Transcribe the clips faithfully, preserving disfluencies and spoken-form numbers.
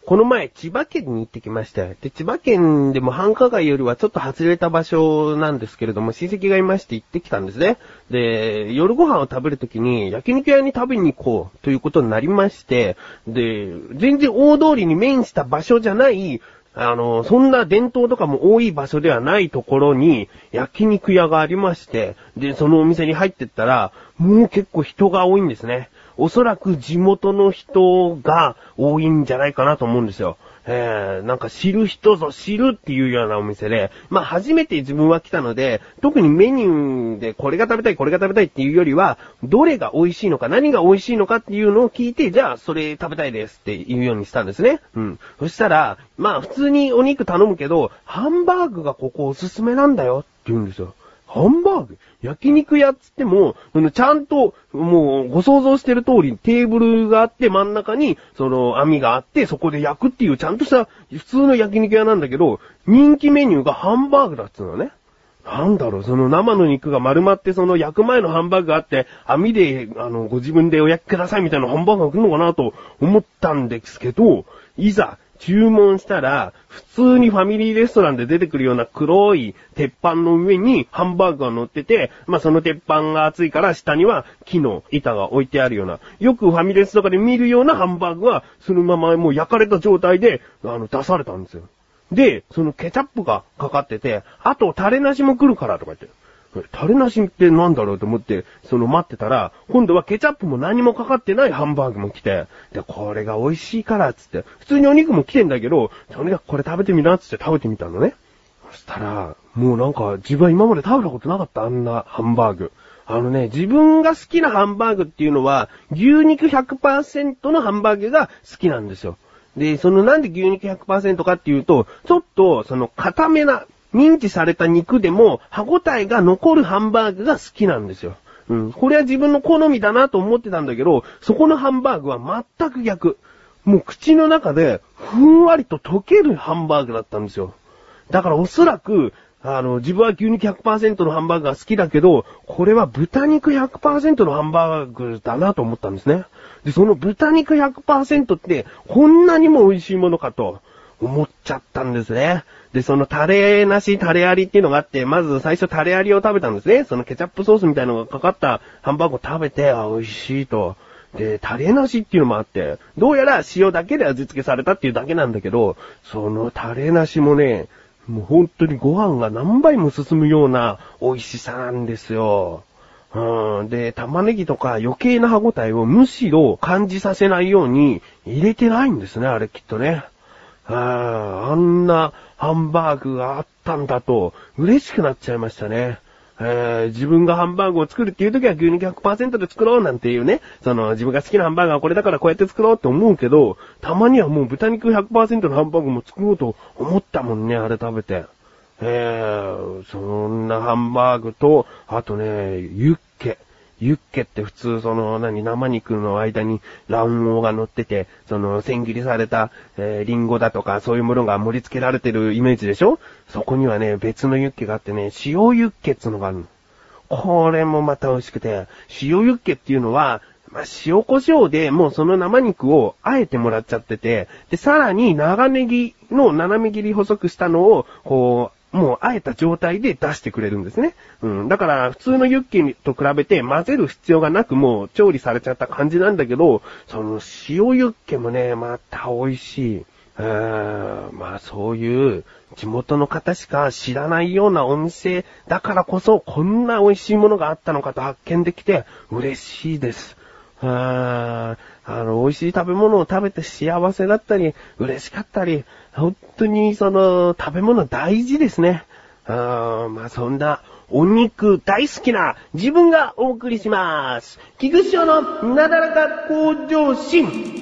この前、千葉県に行ってきました。で、千葉県でも繁華街よりはちょっと外れた場所なんですけれども、親戚がいまして行ってきたんですね。で、夜ご飯を食べるときに焼肉屋に食べに行こうということになりまして、で、全然大通りに面した場所じゃない、あの、そんな伝統とかも多い場所ではないところに焼肉屋がありまして、で、そのお店に入ってったら、もう結構人が多いんですね。おそらく地元の人が多いんじゃないかなと思うんですよ。えー、なんか知る人ぞ知るっていうようなお店で、まあ初めて自分は来たので、特にメニューでこれが食べたい、これが食べたいっていうよりは、どれが美味しいのか、何が美味しいのかっていうのを聞いて、じゃあそれ食べたいですっていうようにしたんですね。うん。そしたら、まあ普通にお肉頼むけど、ハンバーグがここおすすめなんだよって言うんですよ。ハンバーグ焼肉屋っつっても、ちゃんと、もう、ご想像してる通り、テーブルがあって、真ん中に、その、網があって、そこで焼くっていう、ちゃんとした、普通の焼肉屋なんだけど、人気メニューがハンバーグだっつうのね。なんだろう、その生の肉が丸まって、その焼く前のハンバーグがあって、網で、あの、ご自分でお焼きくださいみたいなハンバーグが来るのかなと思ったんですけど、いざ、注文したら、普通にファミリーレストランで出てくるような黒い鉄板の上にハンバーグが乗ってて、まあその鉄板が熱いから下には木の板が置いてあるような、よくファミレスとかで見るようなハンバーグは、そのままもう焼かれた状態で、あの、出されたんですよ。で、そのケチャップがかかってて、あとタレなしも来るからとか言って。タレなしってなんだろうと思って、その待ってたら、今度はケチャップも何もかかってないハンバーグも来て、で、これが美味しいからっつって、普通にお肉も来てんだけど、とにかくこれ食べてみなっつって食べてみたのね。そしたら、もうなんか自分は今まで食べたことなかった、あんなハンバーグ。あのね、自分が好きなハンバーグっていうのは、牛肉 ひゃくパーセント のハンバーグが好きなんですよ。で、そのなんで牛肉 ひゃくパーセント かっていうと、ちょっとその固めな、認知された肉でも歯応えが残るハンバーグが好きなんですよ。うん。これは自分の好みだなと思ってたんだけど、そこのハンバーグは全く逆。もう口の中でふんわりと溶けるハンバーグだったんですよ。だからおそらく、あの、自分は牛肉 ひゃくパーセント のハンバーグが好きだけど、これは豚肉 ひゃくパーセント のハンバーグだなと思ったんですね。で、その豚肉 ひゃくパーセント ってこんなにも美味しいものかと思っちゃったんですね。で、そのタレなし、タレありっていうのがあって、まず最初タレありを食べたんですね。そのケチャップソースみたいなのがかかったハンバーグを食べて、あ、美味しいと。で、タレなしっていうのもあって、どうやら塩だけで味付けされたっていうだけなんだけど、そのタレなしもね、もう本当にご飯が何倍も進むような美味しさなんですよ。うん。で、玉ねぎとか余計な歯応えをむしろ感じさせないように入れてないんですね、あれきっとね。あ, あんなハンバーグがあったんだと嬉しくなっちゃいましたね。えー、自分がハンバーグを作るっていう時は牛肉 ひゃくパーセント で作ろうなんていうね、その自分が好きなハンバーガーはこれだからこうやって作ろうって思うけど、たまにはもう豚肉 ひゃくパーセント のハンバーグも作ろうと思ったもんね、あれ食べて。えー、そんなハンバーグと、あとね、ユッケ。ユッケって普通その何生肉の間に卵黄が乗ってて、その千切りされた、えー、リンゴだとかそういうものが盛り付けられてるイメージでしょ。そこにはね別のユッケがあってね、塩ユッケってのがあるの。これもまた美味しくて、塩ユッケっていうのは、まあ、塩胡椒でもうその生肉をあえてもらっちゃってて、でさらに長ネギの斜め切り細くしたのをこうもうあえた状態で出してくれるんですね。うん。だから普通のユッケと比べて混ぜる必要がなくもう調理されちゃった感じなんだけど、その塩ユッケもね、また美味しい。うーん。まあそういう地元の方しか知らないようなお店だからこそこんな美味しいものがあったのかと発見できて嬉しいです。ああの、美味しい食べ物を食べて幸せだったり、嬉しかったり、本当にその、食べ物大事ですね。あまあそんな、お肉大好きな自分がお送りします。菊師匠のなだらか向上心。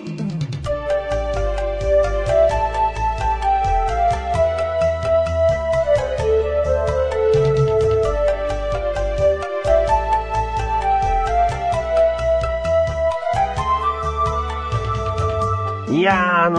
いやー、あのね、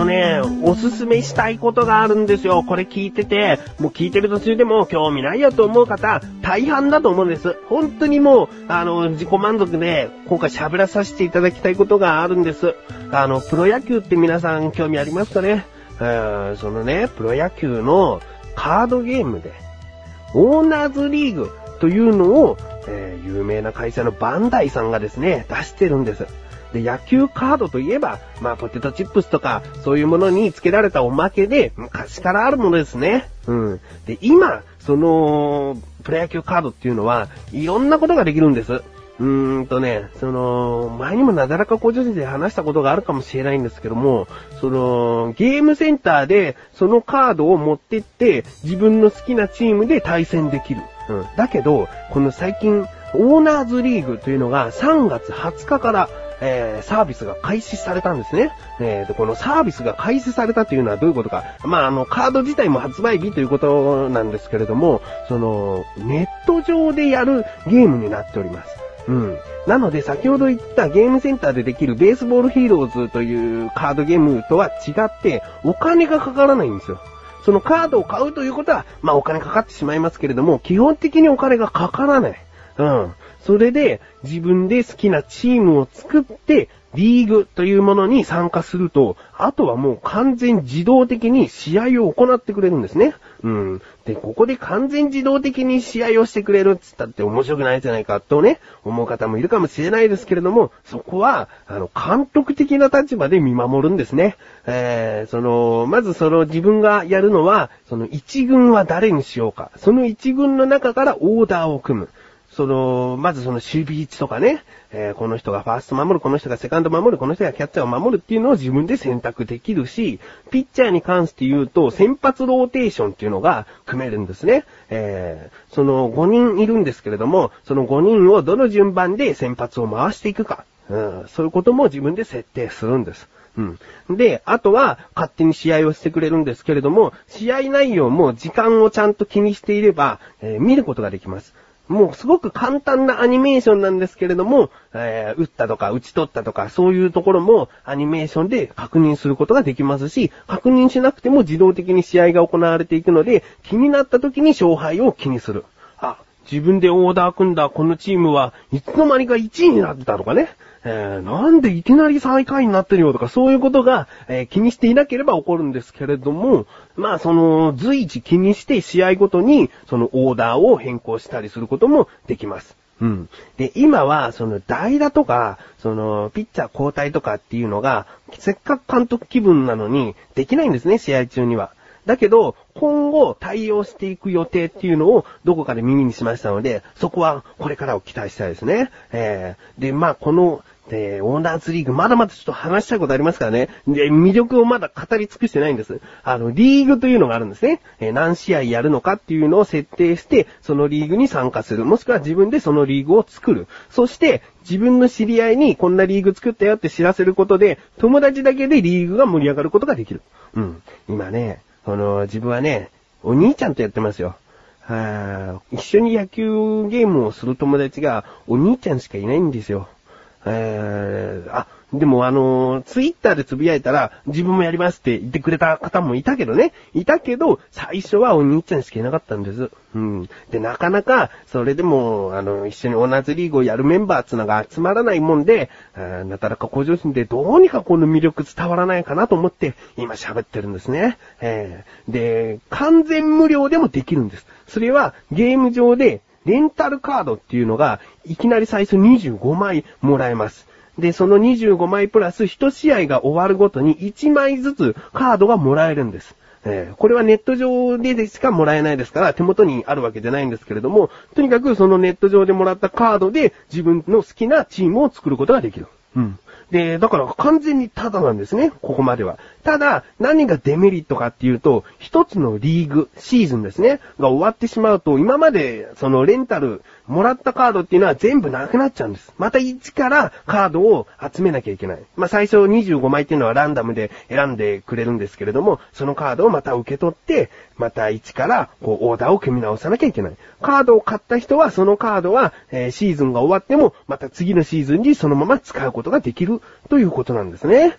おすすめしたいことがあるんですよ。これ聞いてて、もう聞いてる途中でも興味ないよと思う方、大半だと思うんです。本当にもう、あの、自己満足で、今回喋らさせていただきたいことがあるんです。あの、プロ野球って皆さん興味ありますかね？えー、そのね、プロ野球のカードゲームで、オーナーズリーグというのを、えー、有名な会社のバンダイさんがですね、出してるんです。で、野球カードといえば、まあ、ポテトチップスとか、そういうものに付けられたおまけで、昔からあるものですね。うん。で、今、その、プロ野球カードっていうのは、いろんなことができるんです。うーんとね、その、前にもなだらか向上心で話したことがあるかもしれないんですけども、その、ゲームセンターで、そのカードを持ってって、自分の好きなチームで対戦できる。うん。だけど、この最近、オーナーズリーグというのがさんがつはつかから、えー、サービスが開始されたんですね。えー、で、このサービスが開始されたというのはどういうことか。まあ、あの、カード自体も発売日ということなんですけれども、その、ネット上でやるゲームになっております。うん。なので、先ほど言ったゲームセンターでできるベースボールヒーローズというカードゲームとは違って、お金がかからないんですよ。そのカードを買うということは、まあお金かかってしまいますけれども、基本的にお金がかからない。うん。それで自分で好きなチームを作って、リーグというものに参加すると、あとはもう完全自動的に試合を行ってくれるんですね。うん。で、ここで完全自動的に試合をしてくれるって言ったって面白くないじゃないかとね、思う方もいるかもしれないですけれども、そこは、あの、監督的な立場で見守るんですね。えー、その、まずその自分がやるのは、その一軍は誰にしようか。その一軍の中からオーダーを組む。その、まずその守備位置とかね、えー、この人がファースト守る、この人がセカンド守る、この人がキャッチャーを守るっていうのを自分で選択できるし、ピッチャーに関して言うと、先発ローテーションっていうのが組めるんですね。えー、そのごにんいるんですけれども、そのごにんをどの順番で先発を回していくか、うん、そういうことも自分で設定するんです。うん。で、あとは勝手に試合をしてくれるんですけれども、試合内容も時間をちゃんと気にしていれば、えー、見ることができます。もうすごく簡単なアニメーションなんですけれども、えー、打ったとか打ち取ったとかそういうところもアニメーションで確認することができますし、確認しなくても自動的に試合が行われていくので、気になった時に勝敗を気にする。あ、自分でオーダー組んだこのチームはいつの間にかいちいになってたとかね。えー、なんでいきなり最下位になってるよとかそういうことが、えー、気にしていなければ起こるんですけれども、まあその随時気にして試合ごとにそのオーダーを変更したりすることもできます。うん。で、今はその代打とか、そのピッチャー交代とかっていうのがせっかく監督気分なのにできないんですね、試合中には。だけど、今後対応していく予定っていうのをどこかで耳にしましたので、そこはこれからを期待したいですね。えー、で、まあこの、で、オーナーズリーグ、まだまだちょっと話したいことありますからね。で、魅力をまだ語り尽くしてないんです。あの、リーグというのがあるんですね。えー、何試合やるのかっていうのを設定して、そのリーグに参加する。もしくは自分でそのリーグを作る。そして、自分の知り合いにこんなリーグ作ったよって知らせることで、友達だけでリーグが盛り上がることができる。うん。今ね、この、自分はね、お兄ちゃんとやってますよ。はー、一緒に野球ゲームをする友達が、お兄ちゃんしかいないんですよ。えー、あ、でもあのー、ツイッターでつぶやいたら、自分もやりますって言ってくれた方もいたけどね。いたけど、最初はお兄ちゃんしかいなかったんです。うん。で、なかなか、それでも、あの、一緒に同じリーグをやるメンバーつなが集まらないもんで、あなかなか向上心でどうにかこの魅力伝わらないかなと思って、今喋ってるんですね。えー、で、完全無料でもできるんです。それは、ゲーム上で、レンタルカードっていうのが、いきなり最初にじゅうごまいもらえます。で、そのにじゅうごまいプラスいち試合が終わるごとにいちまいずつカードがもらえるんです。えー、これはネット上でしかもらえないですから手元にあるわけじゃないんですけれども、とにかくそのネット上でもらったカードで自分の好きなチームを作ることができる。うん。で、だから完全にタダなんですね、ここまでは。ただ、何がデメリットかっていうと、一つのリーグ、シーズンですね、が終わってしまうと、今まで、そのレンタル、もらったカードっていうのは全部なくなっちゃうんです。また一からカードを集めなきゃいけない。まあ最初にじゅうごまいっていうのはランダムで選んでくれるんですけれども、そのカードをまた受け取って、また一からこうオーダーを組み直さなきゃいけない。カードを買った人はそのカードは、えー、シーズンが終わっても、また次のシーズンにそのまま使うことができるということなんですね。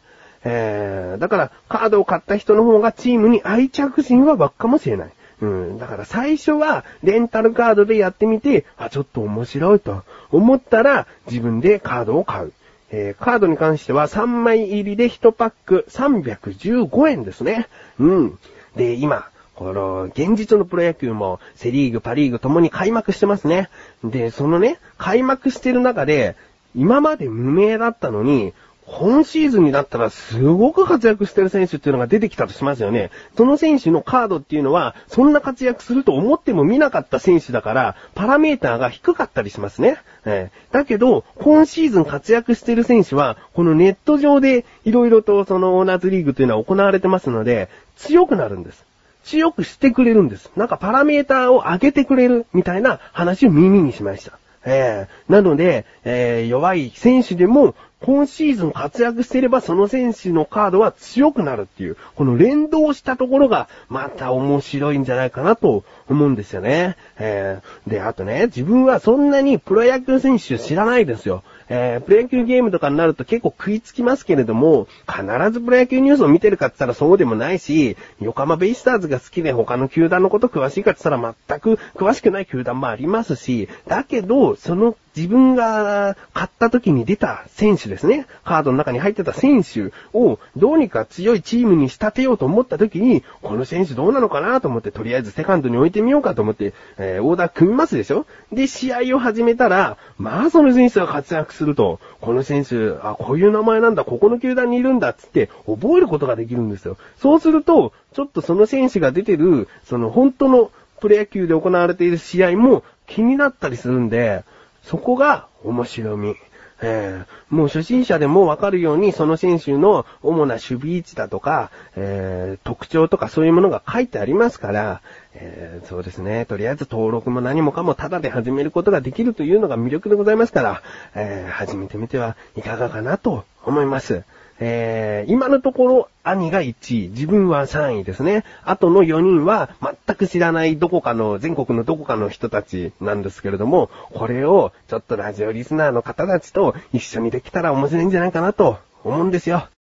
えー、だからカードを買った人の方がチームに愛着心は湧くかもしれない。うん。だから最初はレンタルカードでやってみて、あ、ちょっと面白いと思ったら自分でカードを買う。えー、カードに関してはさんまい入りでいちパックさんびゃくじゅうごえんですね。うん。で、今、この、現実のプロ野球もセリーグ、パリーグともに開幕してますね。で、そのね、開幕してる中で、今まで無名だったのに、今シーズンになったらすごく活躍してる選手っていうのが出てきたとしますよね。その選手のカードっていうのは、そんな活躍すると思っても見なかった選手だから、パラメーターが低かったりしますね。えー、だけど、今シーズン活躍してる選手は、このネット上でいろいろとそのオーナーズリーグというのは行われてますので、強くなるんです。強くしてくれるんです。なんかパラメーターを上げてくれるみたいな話を耳にしました。えー、なので、えー、弱い選手でも、今シーズン活躍していればその選手のカードは強くなるっていう、この連動したところがまた面白いんじゃないかなと思うんですよね。えー、で、あとね、自分はそんなにプロ野球選手知らないですよ。えー、プロ野球ゲームとかになると結構食いつきますけれども、必ずプロ野球ニュースを見てるかって言ったらそうでもないし、横浜ベイスターズが好きで他の球団のこと詳しいかって言ったら全く詳しくない球団もありますし、だけど、その自分が買った時に出た選手ですね。カードの中に入ってた選手をどうにか強いチームに仕立てようと思った時に、この選手どうなのかなと思ってとりあえずセカンドに置いてみようかと思って、えー、オーダー組みますでしょ。で、試合を始めたら、まあその選手が活躍すると、この選手、あ、こういう名前なんだ、ここの球団にいるんだっつって覚えることができるんですよ。そうすると、ちょっとその選手が出てる、その本当のプロ野球で行われている試合も気になったりするんで、そこが面白み。えー、もう初心者でもわかるようにその選手の主な守備位置だとか、えー、特徴とかそういうものが書いてありますから、えー、そうですね。とりあえず登録も何もかもタダで始めることができるというのが魅力でございますから、えー、始めてみてはいかがかなと思います。えー、今のところ兄がいちい、自分はさんいですね。あとのよにんは全く知らないどこかの、全国のどこかの人たちなんですけれども、これをちょっとラジオリスナーの方たちと一緒にできたら面白いんじゃないかなと思うんですよ。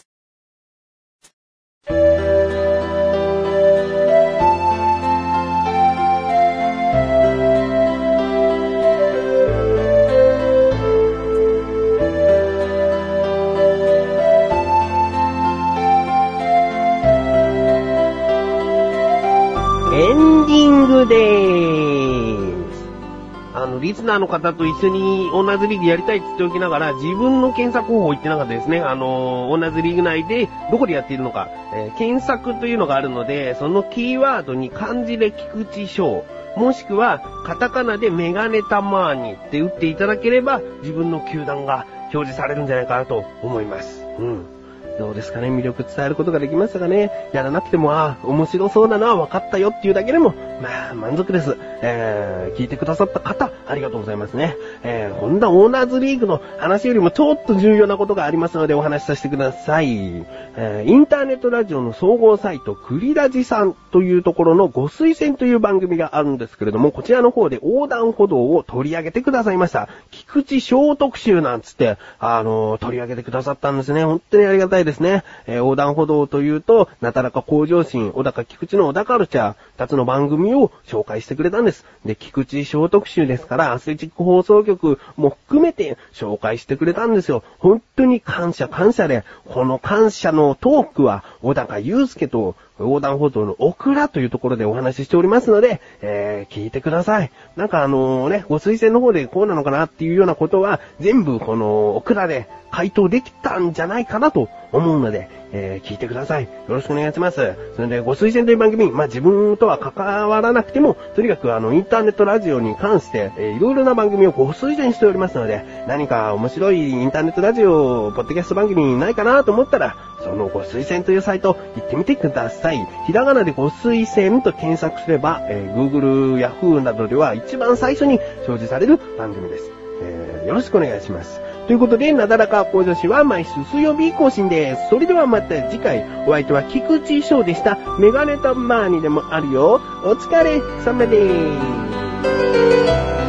エンディングでーす。あの、リスナーの方と一緒にオーナーズリーグやりたいって言っておきながら、自分の検索方法言ってなかったですね。あの、オーナーズリーグ内でどこでやっているのか、えー、検索というのがあるので、そのキーワードに漢字で菊池翔、もしくはカタカナでメガネタマーニって打っていただければ、自分の球団が表示されるんじゃないかなと思います。うん。どうですかね、魅力伝えることができましたかね。やらなくても、ああ、面白そうなのは分かったよっていうだけでも、まあ、満足です。えー、聞いてくださった方、ありがとうございますね。えー、こんなオーナーズリーグの話よりもちょっと重要なことがありますのでお話しさせてください。えー、インターネットラジオの総合サイト、クリラジさんというところのご推薦という番組があるんですけれども、こちらの方で横断歩道を取り上げてくださいました。菊池翔特集なんつって、あのー、取り上げてくださったんですね。本当にありがたいですね。えー、横断歩道というと、なだらか向上心、小高菊池の小高カルチャー、二つの番組を紹介してくれたんです。で、菊池翔特集ですから、アスレチック放送局も含めて紹介してくれたんですよ。本当に感謝感謝で、この感謝のトークは、小高祐介と横断歩道のオクラというところでお話ししておりますので、えー、聞いてください。なんかあのね、ご推薦の方でこうなのかなっていうようなことは、全部このオクラで回答できたんじゃないかなと思うので、えー、聞いてください。よろしくお願いします。それで、ご推薦という番組、まあ、自分とは関わらなくても、とにかくあの、インターネットラジオに関して、えー、いろいろな番組をご推薦しておりますので、何か面白いインターネットラジオ、ポッドキャスト番組ないかなと思ったら、そのご推薦というサイト、行ってみてください。ひらがなでご推薦と検索すれば、えー、Google、Yahoo などでは一番最初に表示される番組です。えー、よろしくお願いします。ということで、なだらか向上心は毎週水曜日更新です。それではまた次回、お相手は菊池翔でした。メガネタマーニでもあるよ。お疲れ様です。